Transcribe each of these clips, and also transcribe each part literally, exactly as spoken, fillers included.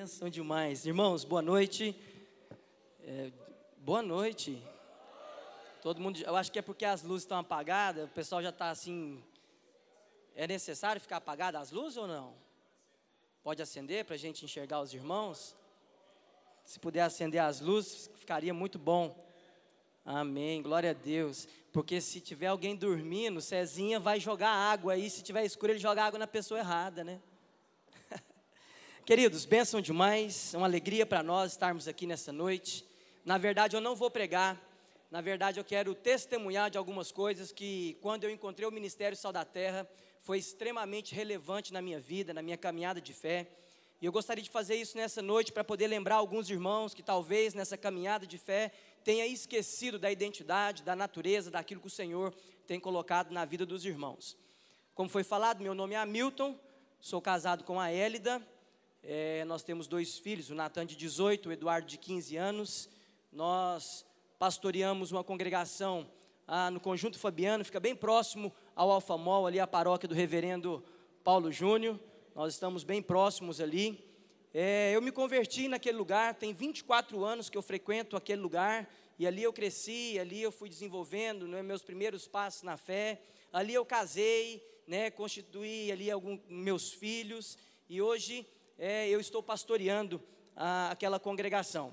Benção demais. Irmãos, boa noite. É, boa noite. Todo mundo, eu acho que é porque as luzes estão apagadas, o pessoal já está assim. É necessário ficar apagadas as luzes ou não? Pode acender para a gente enxergar os irmãos? Se puder acender as luzes, ficaria muito bom. Amém, glória a Deus. Porque se tiver alguém dormindo, Cezinha vai jogar água aí. Se tiver escuro, ele joga água na pessoa errada, né? Queridos, bênção demais. É uma alegria para nós estarmos aqui nessa noite. Na verdade, eu não vou pregar. Na verdade, eu quero testemunhar de algumas coisas que, quando eu encontrei o Ministério Sal da Terra, foi extremamente relevante na minha vida, na minha caminhada de fé. E eu gostaria de fazer isso nessa noite para poder lembrar alguns irmãos que talvez nessa caminhada de fé tenha esquecido da identidade, da natureza, daquilo que o Senhor tem colocado na vida dos irmãos. Como foi falado, meu nome é Hamilton, sou casado com a Élida, é, nós temos dois filhos, o Natan de dezoito, o Eduardo de quinze anos. Nós pastoreamos uma congregação ah, no Conjunto Fabiano, fica bem próximo ao Alfamol, ali a paróquia do reverendo Paulo Júnior. Nós estamos bem próximos ali. É, eu me converti naquele lugar, tem vinte e quatro anos que eu frequento aquele lugar, e ali eu cresci, ali eu fui desenvolvendo, né, meus primeiros passos na fé. Ali eu casei, né, constituí ali alguns meus filhos, e hoje é, eu estou pastoreando a, aquela congregação.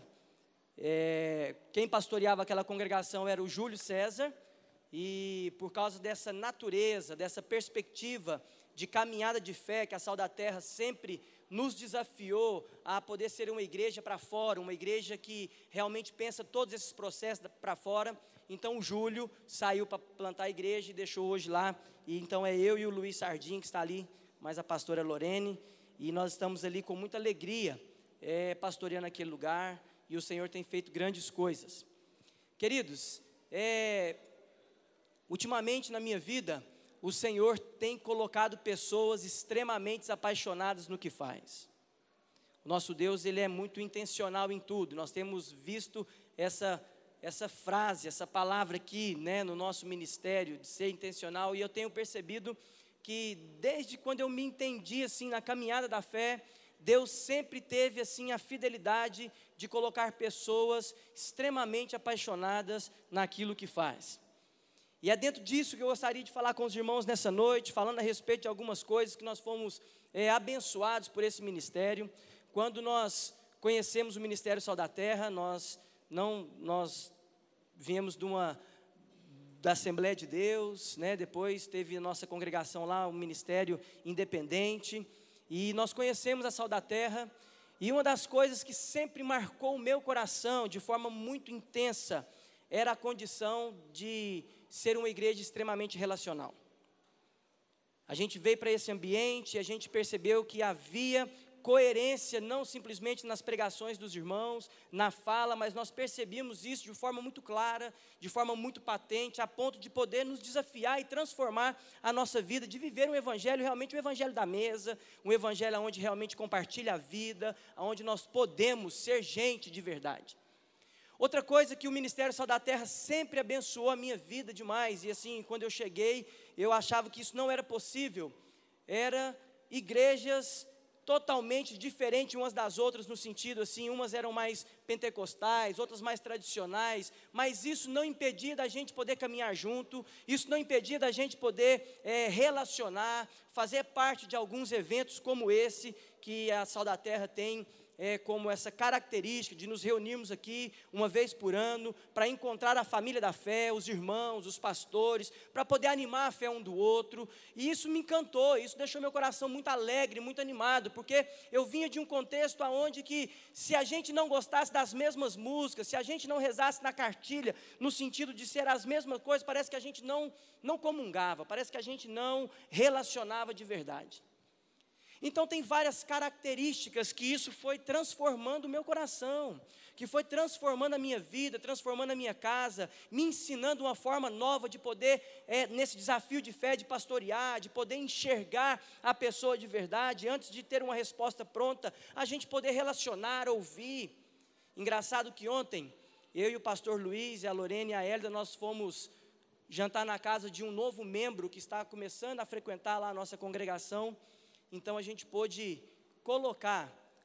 É, quem pastoreava aquela congregação era o Júlio César, e por causa dessa natureza, dessa perspectiva de caminhada de fé que a Sal da Terra sempre nos desafiou a poder ser uma igreja para fora, uma igreja que realmente pensa todos esses processos para fora. Então o Júlio saiu para plantar a igreja e deixou hoje lá, e então é eu e o Luiz Sardim que está ali, mais a pastora Lorene, e nós estamos ali com muita alegria, é, pastoreando aquele lugar, e o Senhor tem feito grandes coisas. Queridos, é, ultimamente na minha vida, o Senhor tem colocado pessoas extremamente apaixonadas no que faz. O nosso Deus, Ele é muito intencional em tudo. Nós temos visto essa, essa frase, essa palavra aqui, né, no nosso ministério, de ser intencional, e eu tenho percebido que desde quando eu me entendi assim na caminhada da fé, Deus sempre teve assim a fidelidade de colocar pessoas extremamente apaixonadas naquilo que faz. E é dentro disso que eu gostaria de falar com os irmãos nessa noite, falando a respeito de algumas coisas que nós fomos é, abençoados por esse ministério. Quando nós conhecemos o Ministério Sal da Terra, nós, não, nós viemos de uma, da Assembleia de Deus, né? Depois teve a nossa congregação lá, um ministério independente, e nós conhecemos a Sal da Terra, e uma das coisas que sempre marcou o meu coração de forma muito intensa, era a condição de ser uma igreja extremamente relacional. A gente veio para esse ambiente e a gente percebeu que havia coerência, não simplesmente nas pregações dos irmãos, na fala, mas nós percebíamos isso de forma muito clara, de forma muito patente, a ponto de poder nos desafiar e transformar a nossa vida, de viver um evangelho, realmente um evangelho da mesa, um evangelho onde realmente compartilha a vida, onde nós podemos ser gente de verdade. Outra coisa que o Ministério Sal da Terra sempre abençoou a minha vida demais, e assim, quando eu cheguei, eu achava que isso não era possível, era igrejas totalmente diferentes umas das outras, no sentido assim, umas eram mais pentecostais, outras mais tradicionais, mas isso não impedia da gente poder caminhar junto, isso não impedia da gente poder é, relacionar, fazer parte de alguns eventos como esse, que a Sal da Terra tem, É, como essa característica de nos reunirmos aqui uma vez por ano, para encontrar a família da fé, os irmãos, os pastores, para poder animar a fé um do outro, e isso me encantou, isso deixou meu coração muito alegre, muito animado, porque eu vinha de um contexto onde que, se a gente não gostasse das mesmas músicas, se a gente não rezasse na cartilha, no sentido de ser as mesmas coisas, parece que a gente não, não comungava, parece que a gente não relacionava de verdade. Então tem várias características que isso foi transformando o meu coração, que foi transformando a minha vida, transformando a minha casa, me ensinando uma forma nova de poder, é, nesse desafio de fé, de pastorear, de poder enxergar a pessoa de verdade, antes de ter uma resposta pronta, a gente poder relacionar, ouvir. Engraçado que ontem, eu e o pastor Luiz, e a Lorene e a Hélida, nós fomos jantar na casa de um novo membro que está começando a frequentar lá a nossa congregação. Então a gente pôde colocar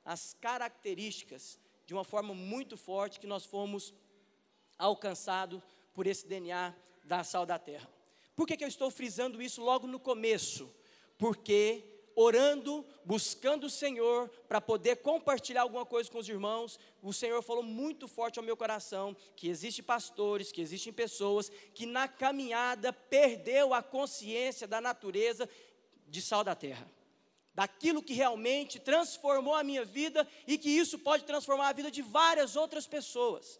as características de uma forma muito forte que nós fomos alcançados por esse D N A da Sal da Terra. Por que que eu estou frisando isso logo no começo? Porque orando, buscando o Senhor, para poder compartilhar alguma coisa com os irmãos, o Senhor falou muito forte ao meu coração, que existem pastores, que existem pessoas, que na caminhada perdeu a consciência da natureza de sal da terra, daquilo que realmente transformou a minha vida, e que isso pode transformar a vida de várias outras pessoas.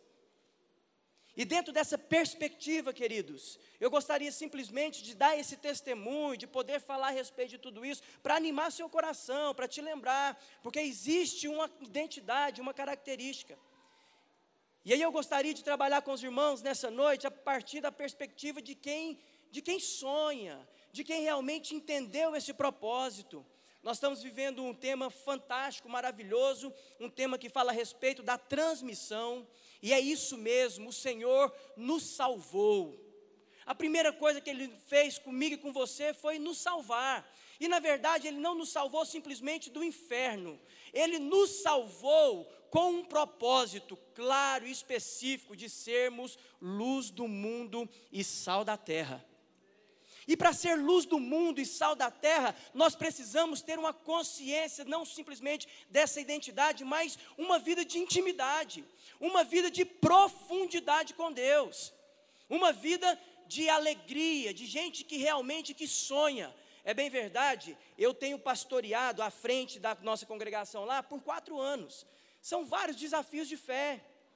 E dentro dessa perspectiva, queridos, eu gostaria simplesmente de dar esse testemunho, de poder falar a respeito de tudo isso, para animar seu coração, para te lembrar, porque existe uma identidade, uma característica. E aí eu gostaria de trabalhar com os irmãos nessa noite, a partir da perspectiva de quem, de quem sonha, de quem realmente entendeu esse propósito. Nós estamos vivendo um tema fantástico, maravilhoso, um tema que fala a respeito da transmissão, e é isso mesmo, o Senhor nos salvou. A primeira coisa que Ele fez comigo e com você foi nos salvar, e na verdade Ele não nos salvou simplesmente do inferno, Ele nos salvou com um propósito claro e específico de sermos luz do mundo e sal da terra. E para ser luz do mundo e sal da terra, nós precisamos ter uma consciência, não simplesmente dessa identidade, mas uma vida de intimidade, uma vida de profundidade com Deus, uma vida de alegria, de gente que realmente que sonha. É bem verdade, eu tenho pastoreado à frente da nossa congregação lá por quatro anos, são vários desafios de fé.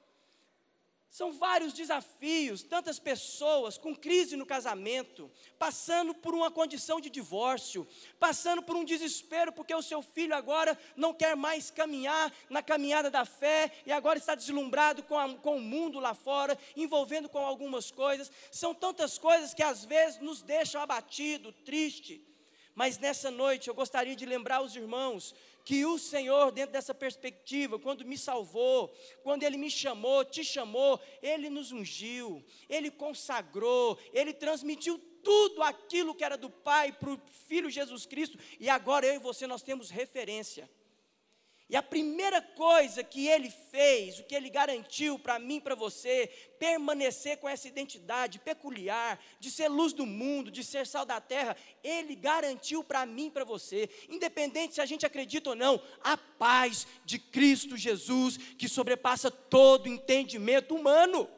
São vários desafios, tantas pessoas com crise no casamento, passando por uma condição de divórcio, passando por um desespero, porque o seu filho agora não quer mais caminhar na caminhada da fé, e agora está deslumbrado com, a, com o mundo lá fora, envolvendo com algumas coisas. São tantas coisas que às vezes nos deixam abatido, triste. Mas nessa noite eu gostaria de lembrar os irmãos que o Senhor, dentro dessa perspectiva, quando me salvou, quando Ele me chamou, te chamou, Ele nos ungiu, Ele consagrou, Ele transmitiu tudo aquilo que era do Pai para o Filho Jesus Cristo, e agora eu e você nós temos referência. E a primeira coisa que Ele fez, o que Ele garantiu para mim e para você, permanecer com essa identidade peculiar, de ser luz do mundo, de ser sal da terra, Ele garantiu para mim e para você, independente se a gente acredita ou não, a paz de Cristo Jesus, que sobrepassa todo entendimento humano.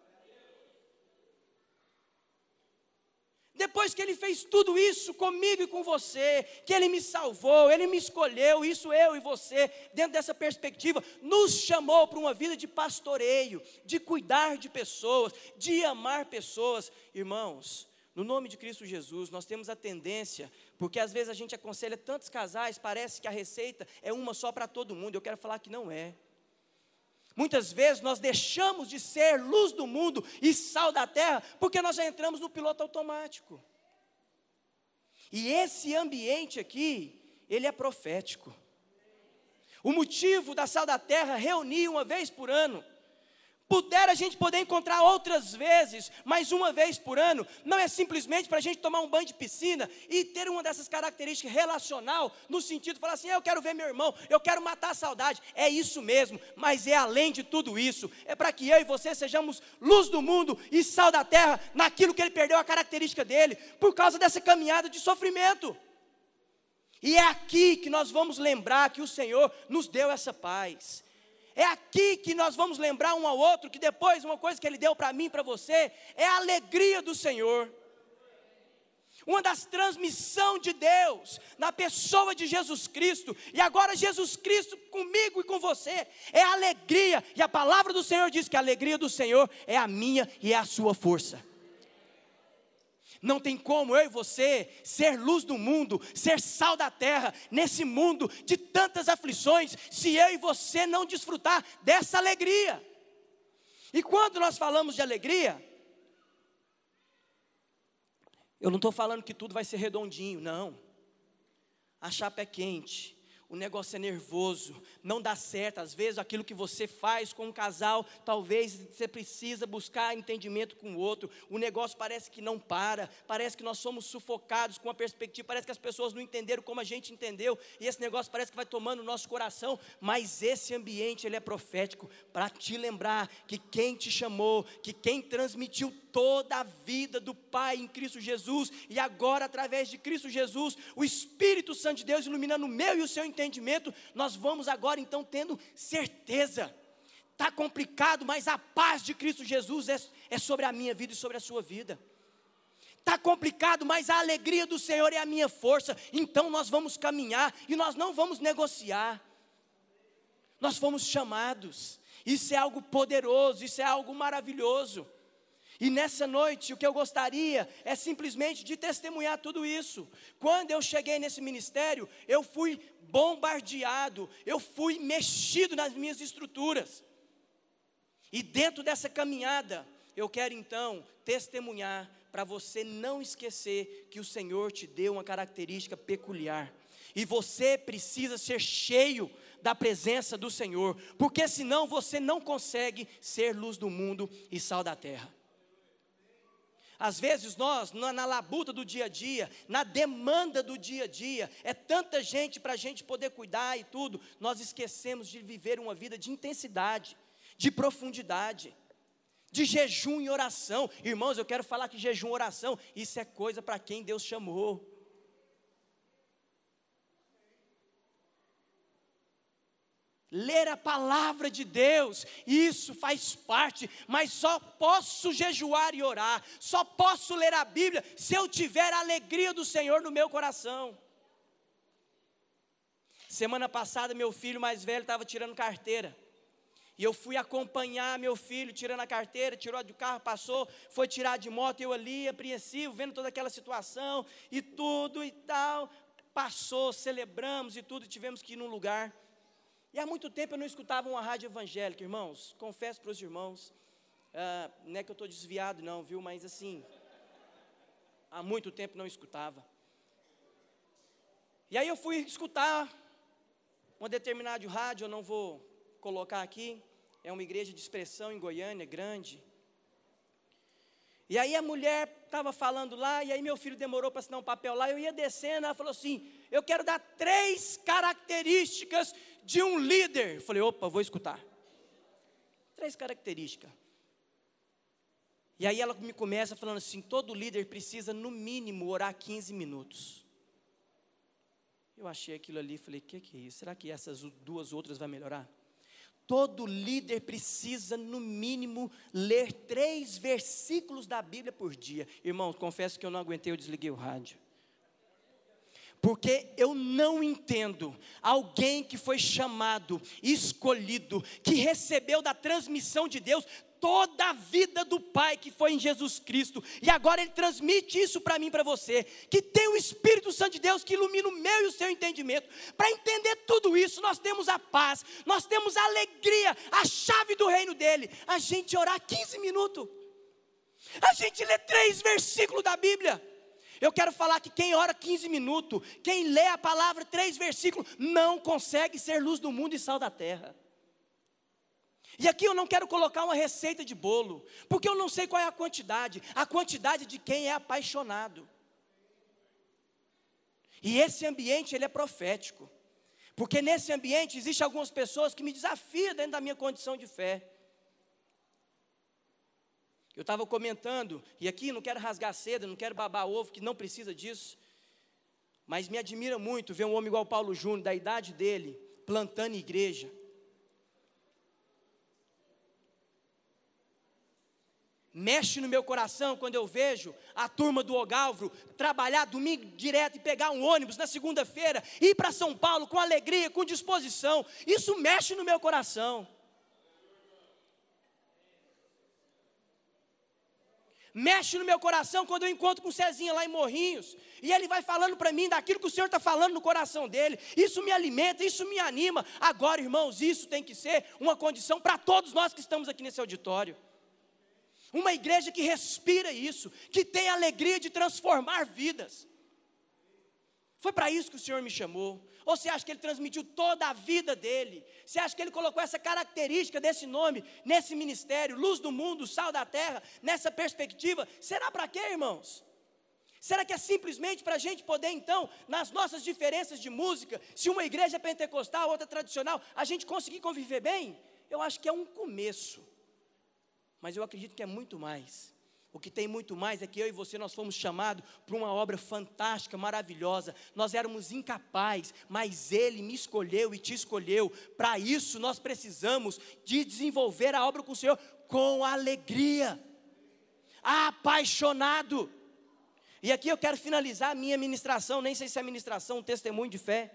Depois que Ele fez tudo isso comigo e com você, que Ele me salvou, Ele me escolheu, isso eu e você, dentro dessa perspectiva, nos chamou para uma vida de pastoreio, de cuidar de pessoas, de amar pessoas. Irmãos, no nome de Cristo Jesus, nós temos a tendência, porque às vezes a gente aconselha tantos casais, parece que a receita é uma só para todo mundo, eu quero falar que não é. Muitas vezes nós deixamos de ser luz do mundo e sal da terra, porque nós já entramos no piloto automático. E esse ambiente aqui, ele é profético. O motivo da Sal da Terra reunir uma vez por ano, pudera a gente poder encontrar outras vezes, mas uma vez por ano, não é simplesmente para a gente tomar um banho de piscina e ter uma dessas características relacional, no sentido de falar assim, eu quero ver meu irmão, eu quero matar a saudade, é isso mesmo, mas é além de tudo isso, é para que eu e você sejamos luz do mundo e sal da terra, naquilo que Ele perdeu a característica dele, por causa dessa caminhada de sofrimento. E é aqui que nós vamos lembrar que o Senhor nos deu essa paz. É aqui que nós vamos lembrar um ao outro, que depois uma coisa que Ele deu para mim e para você, é a alegria do Senhor. Uma das transmissões de Deus, na pessoa de Jesus Cristo, e agora Jesus Cristo comigo e com você, é a alegria, e a palavra do Senhor diz que a alegria do Senhor é a minha e é a sua força. Não tem como eu e você ser luz do mundo, ser sal da terra, nesse mundo de tantas aflições, se eu e você não desfrutar dessa alegria. E quando nós falamos de alegria, eu não estou falando que tudo vai ser redondinho, não. A chapa é quente, o negócio é nervoso, não dá certo. Às vezes aquilo que você faz com um casal, talvez você precisa buscar entendimento com o outro. O negócio parece que não para, parece que nós somos sufocados com a perspectiva, parece que as pessoas não entenderam como a gente entendeu, e esse negócio parece que vai tomando o nosso coração. Mas esse ambiente, ele é profético, para te lembrar que quem te chamou, que quem transmitiu toda a vida do Pai em Cristo Jesus, e agora através de Cristo Jesus, o Espírito Santo de Deus iluminando o meu e o seu entendimento, nós vamos agora então tendo certeza. Está complicado, mas a paz de Cristo Jesus é, é sobre a minha vida e sobre a sua vida. Está complicado, mas a alegria do Senhor é a minha força. Então nós vamos caminhar e nós não vamos negociar. Nós fomos chamados. Isso é algo poderoso, isso é algo maravilhoso. E nessa noite, o que eu gostaria é simplesmente de testemunhar tudo isso. Quando eu cheguei nesse ministério, eu fui bombardeado, eu fui mexido nas minhas estruturas. E dentro dessa caminhada, eu quero então testemunhar para você não esquecer que o Senhor te deu uma característica peculiar. E você precisa ser cheio da presença do Senhor, porque senão você não consegue ser luz do mundo e sal da terra. Às vezes nós, na, na labuta do dia a dia, na demanda do dia a dia, é tanta gente para a gente poder cuidar e tudo, nós esquecemos de viver uma vida de intensidade, de profundidade, de jejum e oração. Irmãos, eu quero falar que jejum e oração, isso é coisa para quem Deus chamou. Ler a palavra de Deus, isso faz parte, mas só posso jejuar e orar, só posso ler a Bíblia se eu tiver a alegria do Senhor no meu coração. Semana passada meu filho mais velho estava tirando carteira, e eu fui acompanhar meu filho tirando a carteira, tirou do carro, passou, foi tirar de moto, eu ali apreensivo, vendo toda aquela situação, e tudo e tal, passou, celebramos e tudo, e tivemos que ir num lugar. E há muito tempo eu não escutava uma rádio evangélica, irmãos, confesso para os irmãos, ah, não é que eu estou desviado não, viu, mas assim, há muito tempo não escutava. E aí eu fui escutar uma determinada rádio, eu não vou colocar aqui, é uma igreja de expressão em Goiânia, grande. E aí a mulher estava falando lá, e aí meu filho demorou para assinar um papel lá, eu ia descendo, ela falou assim, eu quero dar três características de um líder. Eu falei, opa, vou escutar. Três características. E aí ela me começa falando assim, todo líder precisa no mínimo orar quinze minutos. Eu achei aquilo ali, falei, o que, que é isso? Será que essas duas outras vai melhorar? Todo líder precisa no mínimo ler três versículos da Bíblia por dia. Irmãos, confesso que eu não aguentei, eu desliguei o rádio. Porque eu não entendo alguém que foi chamado, escolhido, que recebeu da transmissão de Deus toda a vida do Pai que foi em Jesus Cristo, e agora Ele transmite isso para mim e para você, que tem o Espírito Santo de Deus que ilumina o meu e o seu entendimento. Para entender tudo isso, nós temos a paz, nós temos a alegria, a chave do reino dEle, a gente orar quinze minutos, a gente lê três versículos da Bíblia. Eu quero falar que quem ora quinze minutos, quem lê a palavra três versículos, não consegue ser luz do mundo e sal da terra. E aqui eu não quero colocar uma receita de bolo, porque eu não sei qual é a quantidade, a quantidade de quem é apaixonado. E esse ambiente, ele é profético, porque nesse ambiente existem algumas pessoas que me desafiam dentro da minha condição de fé. Eu estava comentando, e aqui não quero rasgar seda, não quero babar ovo, que não precisa disso, mas me admira muito ver um homem igual Paulo Júnior, da idade dele, plantando igreja. Mexe no meu coração quando eu vejo a turma do Ogalvro trabalhar domingo direto e pegar um ônibus na segunda-feira, ir para São Paulo com alegria, com disposição. Isso mexe no meu coração. Mexe no meu coração quando eu encontro com o Cezinha lá em Morrinhos, e ele vai falando para mim daquilo que o Senhor está falando no coração dele. Isso me alimenta, isso me anima. Agora, irmãos, isso tem que ser uma condição para todos nós que estamos aqui nesse auditório. Uma igreja que respira isso, que tem a alegria de transformar vidas. Foi para isso que o Senhor me chamou. Ou você acha que ele transmitiu toda a vida dele? Você acha que ele colocou essa característica desse nome, nesse ministério, luz do mundo, sal da terra, nessa perspectiva? Será para quê, irmãos? Será que é simplesmente para a gente poder então, nas nossas diferenças de música, se uma igreja é pentecostal, outra tradicional, a gente conseguir conviver bem? Eu acho que é um começo, mas eu acredito que é muito mais. O que tem muito mais é que eu e você, nós fomos chamados para uma obra fantástica, maravilhosa. Nós éramos incapazes, mas Ele me escolheu e te escolheu. Para isso nós precisamos de desenvolver a obra com o Senhor com alegria, apaixonado. E aqui eu quero finalizar a minha ministração, nem sei se é ministração, um testemunho de fé.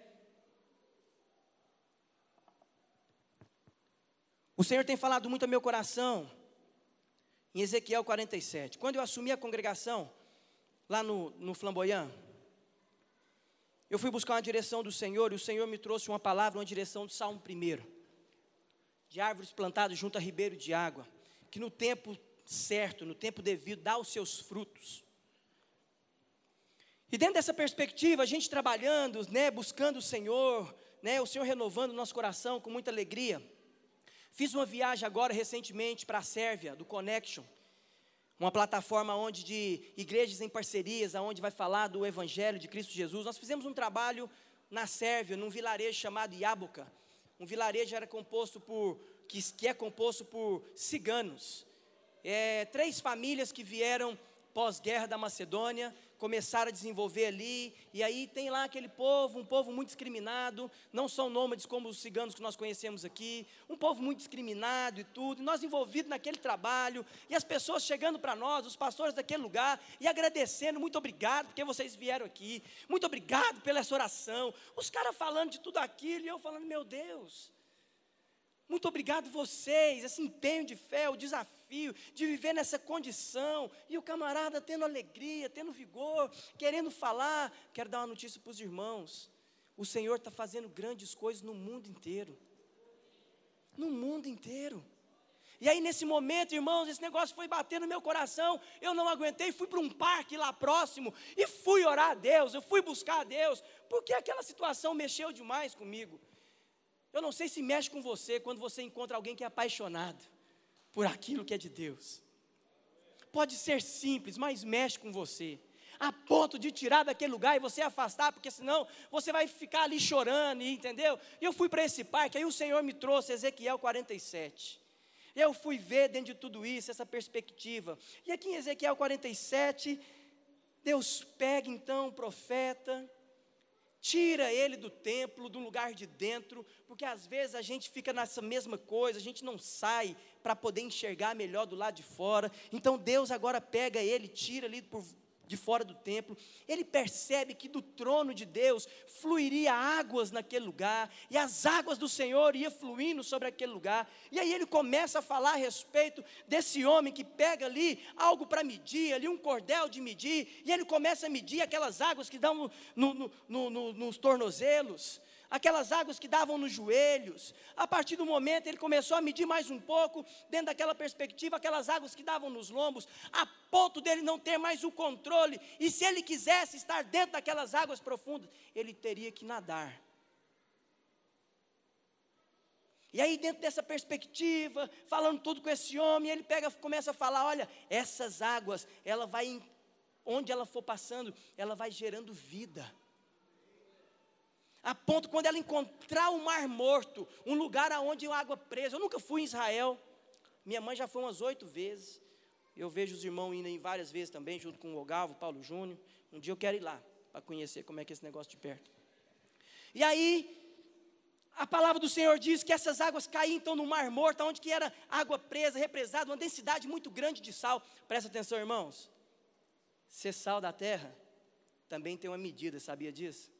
O Senhor tem falado muito ao meu coração em Ezequiel quarenta e sete, quando eu assumi a congregação, lá no, no Flamboyant, eu fui buscar uma direção do Senhor, e o Senhor me trouxe uma palavra, uma direção do Salmo primeiro, de árvores plantadas junto a ribeiro de água, que no tempo certo, no tempo devido, dá os seus frutos. E dentro dessa perspectiva, a gente trabalhando, né, buscando o Senhor, né, o Senhor renovando o nosso coração com muita alegria. Fiz uma viagem agora recentemente para a Sérvia, do Connection, uma plataforma onde de igrejas em parcerias, onde vai falar do Evangelho de Cristo Jesus. Nós fizemos um trabalho na Sérvia, num vilarejo chamado Jabuka. Um vilarejo era composto por, que, que é composto por ciganos. É, três famílias que vieram pós-guerra da Macedônia, começaram a desenvolver ali, e aí tem lá aquele povo, um povo muito discriminado, não são nômades como os ciganos que nós conhecemos aqui, um povo muito discriminado e tudo, e nós envolvidos naquele trabalho, e as pessoas chegando para nós, os pastores daquele lugar, e agradecendo, muito obrigado porque vocês vieram aqui, muito obrigado pela essa oração, os caras falando de tudo aquilo, e eu falando, meu Deus, muito obrigado vocês, esse empenho de fé, o desafio de viver nessa condição, e o camarada tendo alegria, tendo vigor, querendo falar. Quero dar uma notícia para os irmãos, o Senhor está fazendo grandes coisas no mundo inteiro, no mundo inteiro. E aí nesse momento, irmãos, esse negócio foi batendo no meu coração, eu não aguentei, fui para um parque lá próximo, e fui orar a Deus, eu fui buscar a Deus, porque aquela situação mexeu demais comigo. Eu não sei se mexe com você quando você encontra alguém que é apaixonado por aquilo que é de Deus. Pode ser simples, mas mexe com você, a ponto de tirar daquele lugar e você afastar, porque senão você vai ficar ali chorando, entendeu? E eu fui para esse parque, aí o Senhor me trouxe Ezequiel quarenta e sete. Eu fui ver dentro de tudo isso, essa perspectiva. E aqui em Ezequiel quarenta e sete, Deus pega então o profeta, tira ele do templo, do lugar de dentro, porque às vezes a gente fica nessa mesma coisa, a gente não sai para poder enxergar melhor do lado de fora. Então Deus agora pega ele, tira ali por, de fora do templo, ele percebe que do trono de Deus fluiria águas naquele lugar, e as águas do Senhor iam fluindo sobre aquele lugar, e aí ele começa a falar a respeito desse homem que pega ali algo para medir, ali um cordel de medir, e ele começa a medir aquelas águas que dão no, no, no, no, nos tornozelos, aquelas águas que davam nos joelhos. A partir do momento ele começou a medir mais um pouco, dentro daquela perspectiva, aquelas águas que davam nos lombos, a ponto dele não ter mais o controle, e se ele quisesse estar dentro daquelas águas profundas, ele teria que nadar. E aí dentro dessa perspectiva, falando tudo com esse homem, ele pega, começa a falar, olha, essas águas, ela vai, onde ela for passando, ela vai gerando vida, a ponto quando ela encontrar o Mar Morto, um lugar onde a água presa. Eu nunca fui em Israel, minha mãe já foi umas oito vezes, eu vejo os irmãos indo em várias vezes também, junto com o Ogalvo, Paulo Júnior. Um dia eu quero ir lá, para conhecer como é que é esse negócio de perto. E aí, a palavra do Senhor diz que essas águas caíam então no Mar Morto, onde que era água presa, represada, uma densidade muito grande de sal. Presta atenção, irmãos, ser sal da terra também tem uma medida, sabia disso?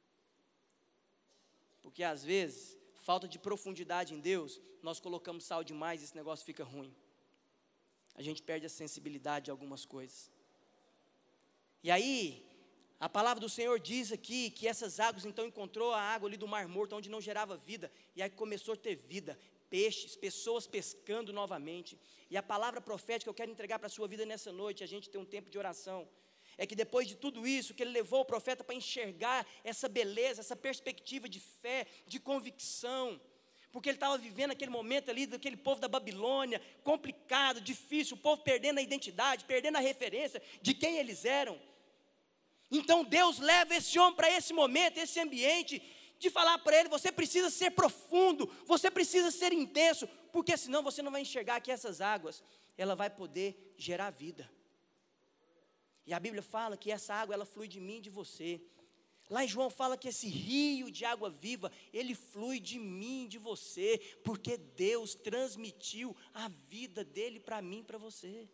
Porque às vezes, falta de profundidade em Deus, nós colocamos sal demais e esse negócio fica ruim. A gente perde a sensibilidade de algumas coisas. E aí, a palavra do Senhor diz aqui, que essas águas então encontrou a água ali do Mar Morto, onde não gerava vida, e aí começou a ter vida, peixes, pessoas pescando novamente. E a palavra profética que eu quero entregar para a sua vida nessa noite, a gente tem um tempo de oração, é que depois de tudo isso, que ele levou o profeta para enxergar essa beleza, essa perspectiva de fé, de convicção, porque ele estava vivendo aquele momento ali, daquele povo da Babilônia, complicado, difícil, o povo perdendo a identidade, perdendo a referência de quem eles eram. Então Deus leva esse homem para esse momento, esse ambiente, de falar para ele, você precisa ser profundo, você precisa ser intenso, porque senão você não vai enxergar que essas águas, ela vai poder gerar vida. E a Bíblia fala que essa água, ela flui de mim e de você. Lá em João fala que esse rio de água viva, ele flui de mim e de você, porque Deus transmitiu a vida dele para mim e para você.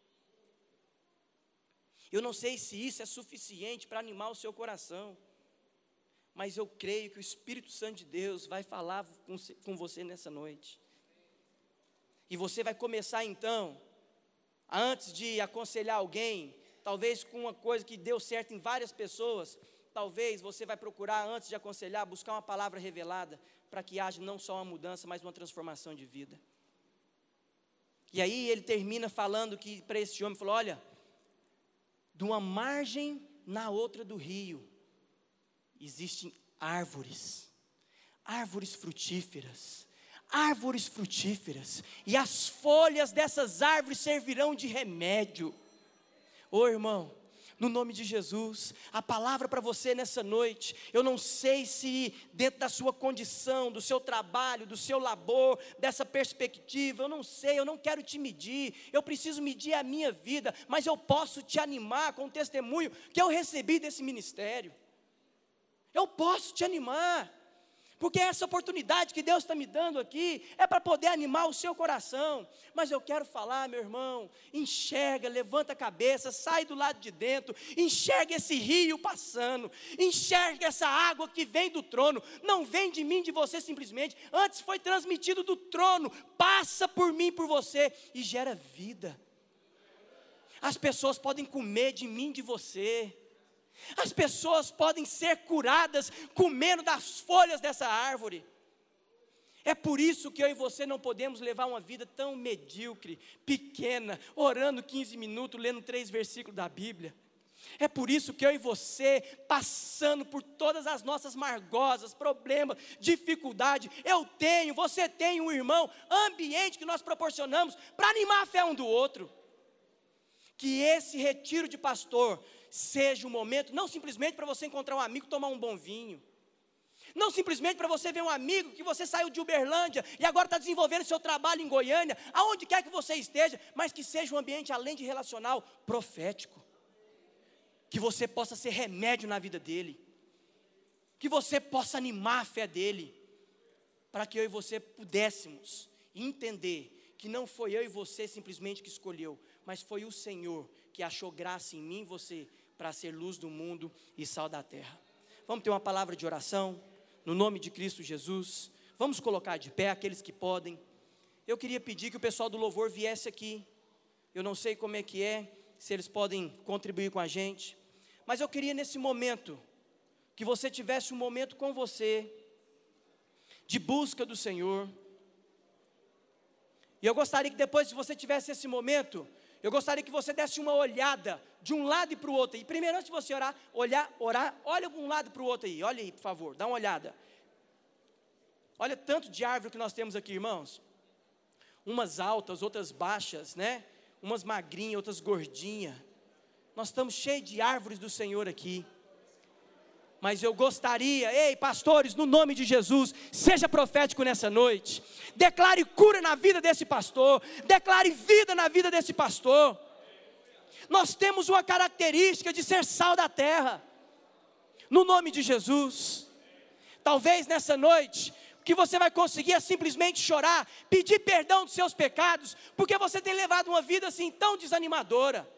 Eu não sei se isso é suficiente para animar o seu coração, mas eu creio que o Espírito Santo de Deus vai falar com, com você nessa noite. E você vai começar então, antes de aconselhar alguém, talvez com uma coisa que deu certo em várias pessoas, talvez você vai procurar, antes de aconselhar, buscar uma palavra revelada, para que haja não só uma mudança, mas uma transformação de vida. E aí ele termina falando que para esse homem, falou, olha, de uma margem na outra do rio, existem árvores, árvores frutíferas, árvores frutíferas, e as folhas dessas árvores servirão de remédio. Ô irmão, no nome de Jesus, a palavra para você nessa noite, eu não sei se dentro da sua condição, do seu trabalho, do seu labor, dessa perspectiva, eu não sei, eu não quero te medir, eu preciso medir a minha vida, mas eu posso te animar com o testemunho que eu recebi desse ministério. Eu posso te animar, porque essa oportunidade que Deus está me dando aqui, é para poder animar o seu coração. Mas eu quero falar, meu irmão, enxerga, levanta a cabeça, sai do lado de dentro, enxerga esse rio passando, enxerga essa água que vem do trono, não vem de mim, de você simplesmente, antes foi transmitido do trono, passa por mim, por você, e gera vida. As pessoas podem comer de mim, de você. As pessoas podem ser curadas comendo das folhas dessa árvore. É por isso que eu e você não podemos levar uma vida tão medíocre, pequena, orando quinze minutos, lendo três versículos da Bíblia. É por isso que eu e você, passando por todas as nossas margosas, problemas, dificuldade, eu tenho, você tem um irmão, ambiente que nós proporcionamos para animar a fé um do outro. Que esse retiro de pastor seja um momento, não simplesmente para você encontrar um amigo e tomar um bom vinho, não simplesmente para você ver um amigo que você saiu de Uberlândia e agora está desenvolvendo seu trabalho em Goiânia, aonde quer que você esteja, mas que seja um ambiente além de relacional, profético, que você possa ser remédio na vida dele, que você possa animar a fé dele, para que eu e você pudéssemos entender que não foi eu e você simplesmente que escolheu, mas foi o Senhor que achou graça em mim e você para ser luz do mundo e sal da terra. Vamos ter uma palavra de oração, no nome de Cristo Jesus. Vamos colocar de pé aqueles que podem. Eu queria pedir que o pessoal do louvor viesse aqui. Eu não sei como é que é, se eles podem contribuir com a gente, mas eu queria nesse momento, que você tivesse um momento com você, de busca do Senhor. E eu gostaria que depois, se você tivesse esse momento, eu gostaria que você desse uma olhada de um lado e para o outro. E primeiro, antes de você orar, olhar, orar, olha de um lado para o outro aí. Olha aí, por favor, dá uma olhada. Olha tanto de árvore que nós temos aqui, irmãos. Umas altas, outras baixas, né? Umas magrinhas, outras gordinhas. Nós estamos cheios de árvores do Senhor aqui. Mas eu gostaria, ei pastores, no nome de Jesus, seja profético nessa noite, declare cura na vida desse pastor, declare vida na vida desse pastor. Nós temos uma característica de ser sal da terra, no nome de Jesus. Talvez nessa noite, o que você vai conseguir é simplesmente chorar, pedir perdão dos seus pecados, porque você tem levado uma vida assim tão desanimadora.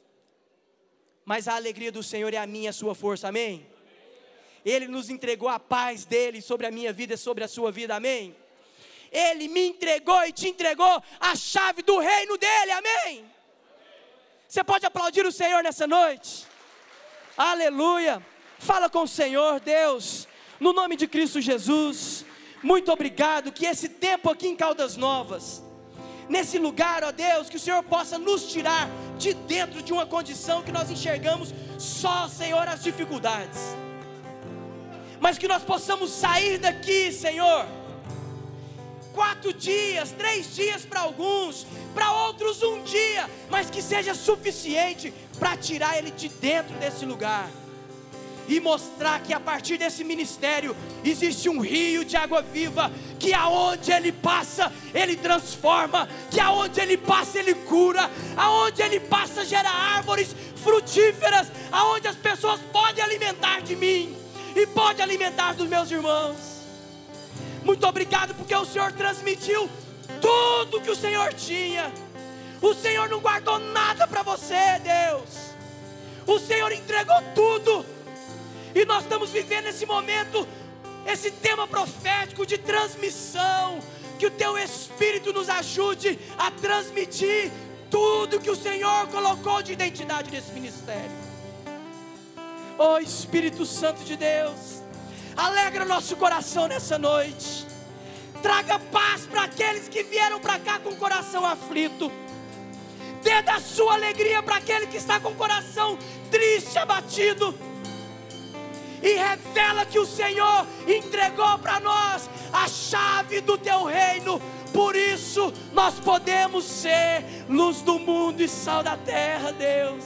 Mas a alegria do Senhor é a minha e a sua força, amém? Ele nos entregou a paz dele sobre a minha vida e sobre a sua vida, amém? Ele me entregou e te entregou a chave do reino dele, amém? Você pode aplaudir o Senhor nessa noite? Aleluia! Fala com o Senhor, Deus, no nome de Cristo Jesus, muito obrigado, que esse tempo aqui em Caldas Novas, nesse lugar, ó Deus, que o Senhor possa nos tirar de dentro de uma condição que nós enxergamos só, Senhor, as dificuldades, mas que nós possamos sair daqui, Senhor, quatro dias, três dias para alguns, para outros um dia, mas que seja suficiente para tirar ele de dentro desse lugar e mostrar que a partir desse ministério existe um rio de água viva, que aonde ele passa, ele transforma, que aonde ele passa, ele cura, aonde ele passa, gera árvores frutíferas, aonde as pessoas podem alimentar de mim e podem alimentar dos meus irmãos. Muito obrigado, porque o Senhor transmitiu tudo que o Senhor tinha. O Senhor não guardou nada para você, Deus. O Senhor entregou tudo. E nós estamos vivendo esse momento, esse tema profético de transmissão. Que o Teu Espírito nos ajude a transmitir tudo que o Senhor colocou de identidade nesse ministério. Oh Espírito Santo de Deus, alegra nosso coração nessa noite. Traga paz para aqueles que vieram para cá com o coração aflito. Dê da sua alegria para aquele que está com o coração triste, abatido. E revela que o Senhor entregou para nós a chave do Teu reino. Por isso nós podemos ser luz do mundo e sal da terra, Deus.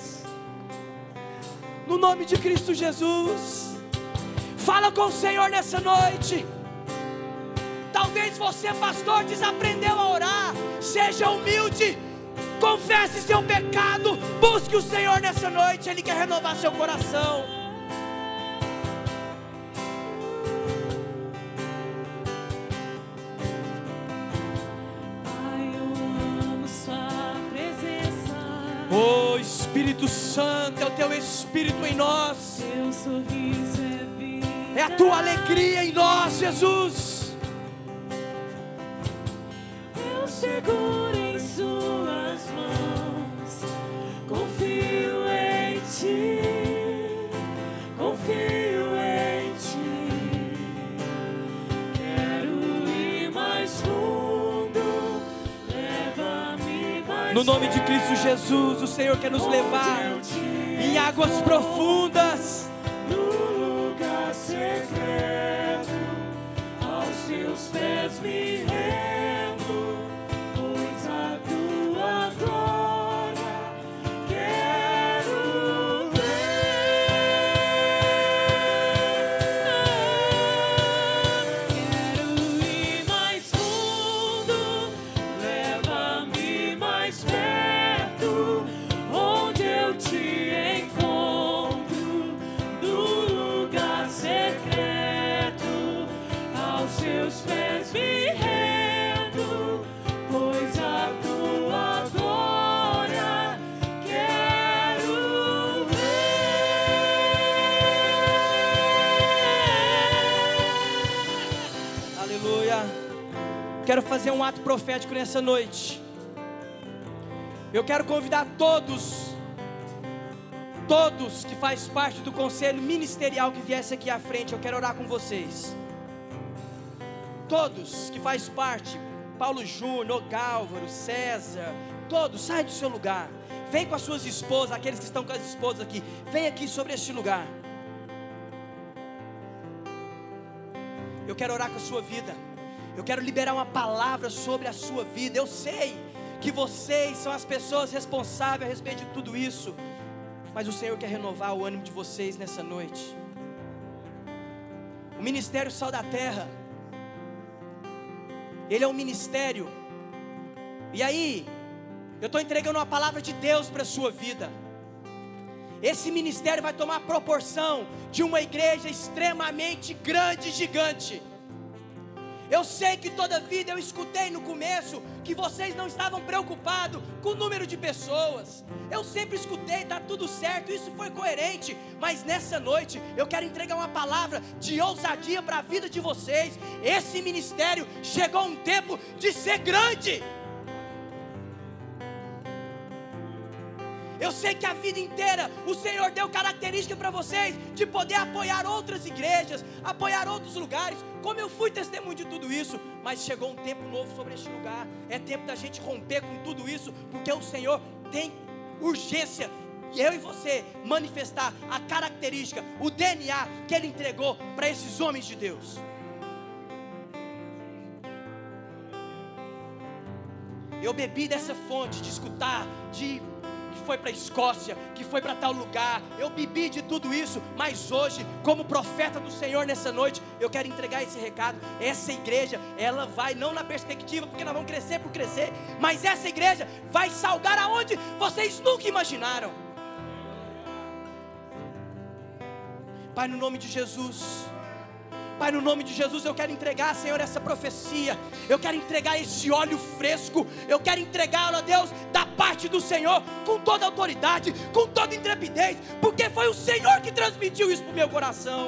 No nome de Cristo Jesus, fala com o Senhor nessa noite. Talvez você, pastor, desaprendeu a orar. Seja humilde, confesse seu pecado, busque o Senhor nessa noite. Ele quer renovar seu coração. Oh Espírito Santo, é o Teu Espírito em nós, Teu sorriso é vida, é a Tua alegria em nós, Jesus. eu seguro em Suas mãos, confio em Ti, confio em Ti, quero ir mais fundo, leva-me mais. No nome de Cristo Jesus, o Senhor quer nos levar em águas profundas, no lugar secreto, aos Teus pés me rendo, pois a Tua glória quero ver. Quero ir mais fundo, leva-me mais perto, onde eu Te encontro, no lugar secreto, aos Teus pés me rendo, pois a Tua glória quero ver. aleluia. Quero fazer um ato profético nessa noite. Eu quero convidar todos, todos que faz parte do conselho ministerial que viesse aqui à frente. Eu quero orar com vocês. Todos que faz parte, Paulo Júnior, Gálvaro, César, todos, sai do seu lugar. Vem com as suas esposas, aqueles que estão com as esposas aqui. Vem aqui sobre este lugar. Eu quero orar com a sua vida. Eu quero liberar uma palavra sobre a sua vida. Eu sei que vocês são as pessoas responsáveis a respeito de tudo isso, mas o Senhor quer renovar o ânimo de vocês nessa noite. O Ministério Sal da Terra, ele é um ministério, e aí eu estou entregando uma palavra de Deus para a sua vida. Esse ministério vai tomar proporção de uma igreja extremamente grande e gigante. Eu sei que toda vida eu escutei no começo que vocês não estavam preocupados com o número de pessoas. Eu sempre escutei, está tudo certo, isso foi coerente. Mas nessa noite eu quero entregar uma palavra de ousadia para a vida de vocês. Esse ministério chegou um tempo de ser grande. Eu sei que a vida inteira o Senhor deu característica para vocês de poder apoiar outras igrejas, apoiar outros lugares, como eu fui testemunho de tudo isso. Mas chegou um tempo novo sobre este lugar. É tempo da gente romper com tudo isso, porque o Senhor tem urgência eu e você manifestar a característica, o D N A que Ele entregou para esses homens de Deus. Eu bebi dessa fonte de escutar, de que foi para a Escócia, que foi para tal lugar. Eu bebi de tudo isso, mas hoje, como profeta do Senhor nessa noite, eu quero entregar esse recado. Essa igreja, ela vai não na perspectiva, porque nós vamos crescer por crescer, mas essa igreja vai salgar aonde vocês nunca imaginaram. Pai, no nome de Jesus, Pai, no nome de Jesus, eu quero entregar, Senhor, essa profecia. Eu quero entregar esse óleo fresco. Eu quero entregá-lo, ó Deus, da parte do Senhor, com toda autoridade, com toda intrepidez, porque foi o Senhor que transmitiu isso para o meu coração.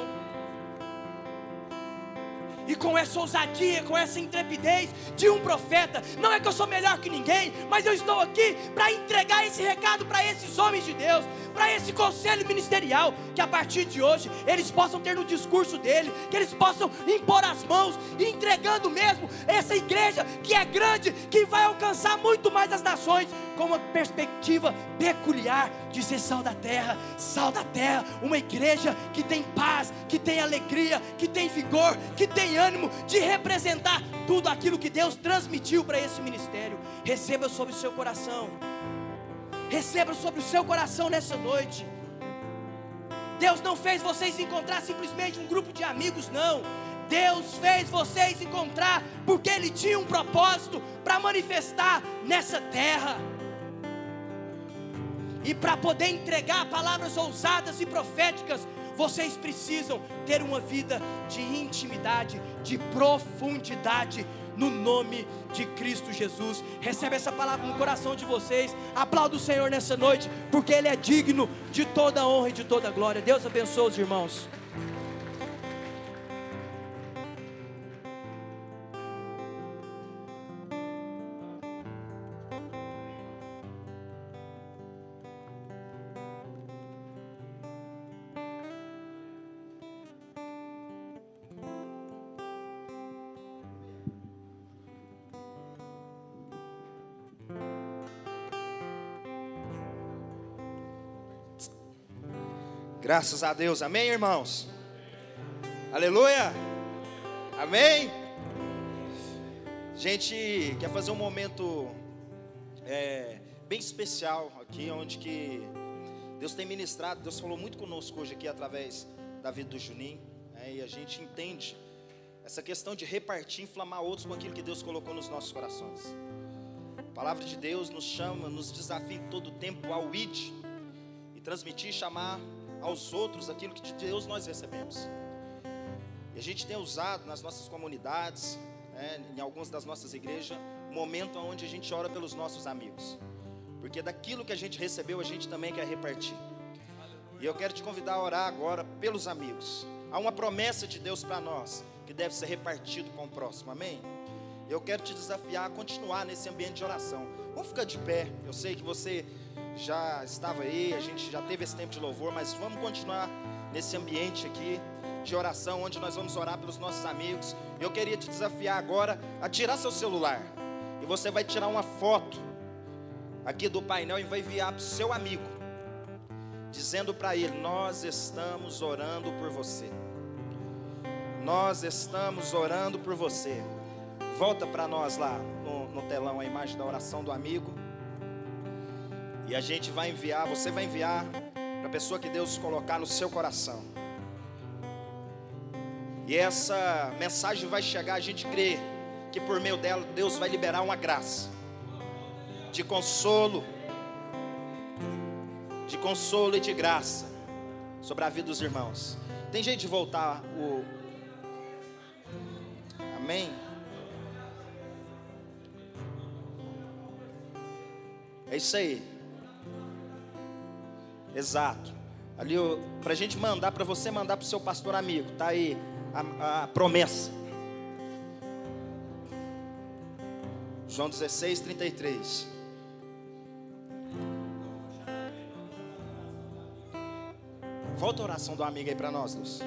E com essa ousadia, com essa intrepidez de um profeta, não é que eu sou melhor que ninguém, mas eu estou aqui para entregar esse recado para esses homens de Deus, para esse conselho ministerial, que a partir de hoje eles possam ter no discurso dele, que eles possam impor as mãos, entregando mesmo essa igreja que é grande, que vai alcançar muito mais as nações, com uma perspectiva peculiar de ser sal da terra, sal da terra, uma igreja que tem paz, que tem alegria, que tem vigor, que tem ânimo de representar tudo aquilo que Deus transmitiu para esse ministério. Receba sobre o seu coração, receba sobre o seu coração nessa noite. Deus não fez vocês encontrar simplesmente um grupo de amigos, não. Deus fez vocês encontrar porque Ele tinha um propósito para manifestar nessa terra. E para poder entregar palavras ousadas e proféticas, vocês precisam ter uma vida de intimidade, de profundidade, no nome de Cristo Jesus. Recebe essa palavra no coração de vocês. Aplauda o Senhor nessa noite, porque Ele é digno de toda honra e de toda glória. Deus abençoe os irmãos. Graças a Deus, amém, irmãos? Aleluia, amém? Gente, quer fazer um momento é, bem especial aqui, onde que Deus tem ministrado. Deus falou muito conosco hoje aqui através da vida do Juninho, né? E a gente entende essa questão de repartir, inflamar outros com aquilo que Deus colocou nos nossos corações. A palavra de Deus nos chama, nos desafia em todo o tempo ao id e transmitir, chamar aos outros aquilo que de Deus nós recebemos. E a gente tem usado nas nossas comunidades, né, em algumas das nossas igrejas, um momento onde a gente ora pelos nossos amigos, porque daquilo que a gente recebeu a gente também quer repartir. E eu quero te convidar a orar agora pelos amigos. Há uma promessa de Deus para nós que deve ser repartido com o próximo, amém? Eu quero te desafiar a continuar nesse ambiente de oração. Vamos ficar de pé. Eu sei que você já estava aí, a gente já teve esse tempo de louvor, mas vamos continuar nesse ambiente aqui de oração, onde nós vamos orar pelos nossos amigos. Eu queria te desafiar agora a tirar seu celular, e você vai tirar uma foto aqui do painel e vai enviar para o seu amigo, dizendo para ele: nós estamos orando por você, nós estamos orando por você. Volta para nós lá no, no telão a imagem da oração do amigo. E a gente vai enviar, você vai enviar para a pessoa que Deus colocar no seu coração. E essa mensagem vai chegar, a gente crê que por meio dela Deus vai liberar uma graça de consolo, de consolo e de graça sobre a vida dos irmãos. Tem jeito de voltar o... Amém? É isso aí. Exato. Ali, para a gente mandar, para você mandar para o seu pastor amigo, tá aí a, a promessa. João dezesseis, trinta e três. Volta a oração do amigo aí para nós, Luz.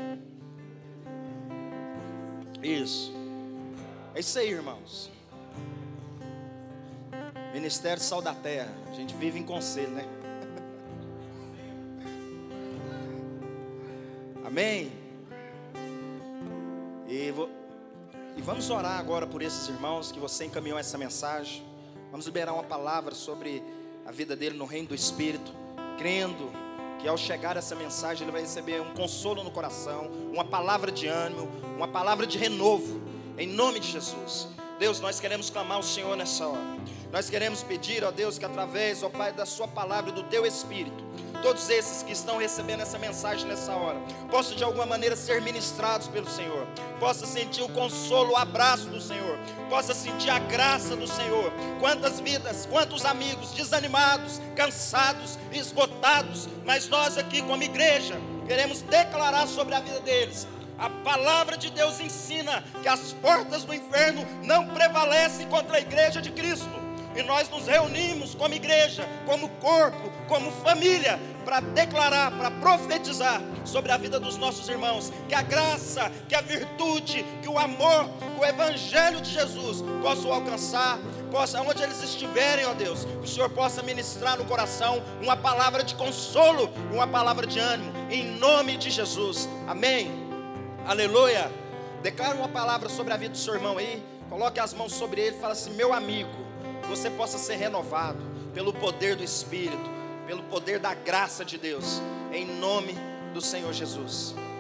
Isso. É isso aí, irmãos. Ministério Sal da Terra. A gente vive em conselho, né? Amém? E, vou, e vamos orar agora por esses irmãos que você encaminhou essa mensagem. Vamos liberar uma palavra sobre a vida dele no reino do Espírito, crendo que ao chegar essa mensagem ele vai receber um consolo no coração, uma palavra de ânimo, uma palavra de renovo, em nome de Jesus. Deus, nós queremos clamar ao Senhor nessa hora. Nós queremos pedir, ó Deus, que através, ó Pai, da sua palavra e do teu Espírito, todos esses que estão recebendo essa mensagem nessa hora, possam de alguma maneira ser ministrados pelo Senhor, possa sentir o consolo, o abraço do Senhor, possa sentir a graça do Senhor. Quantas vidas, quantos amigos desanimados, cansados, esgotados, mas nós aqui como igreja queremos declarar sobre a vida deles. A palavra de Deus ensina que as portas do inferno não prevalecem contra a igreja de Cristo. E nós nos reunimos como igreja, como corpo, como família, para declarar, para profetizar sobre a vida dos nossos irmãos, que a graça, que a virtude, que o amor, que o evangelho de Jesus possam alcançar, possa, onde eles estiverem, ó Deus, que o Senhor possa ministrar no coração uma palavra de consolo, uma palavra de ânimo, em nome de Jesus, amém, aleluia. Declara uma palavra sobre a vida do seu irmão aí, coloque as mãos sobre ele e fala assim: meu amigo, você possa ser renovado pelo poder do Espírito, pelo poder da graça de Deus, em nome do Senhor Jesus.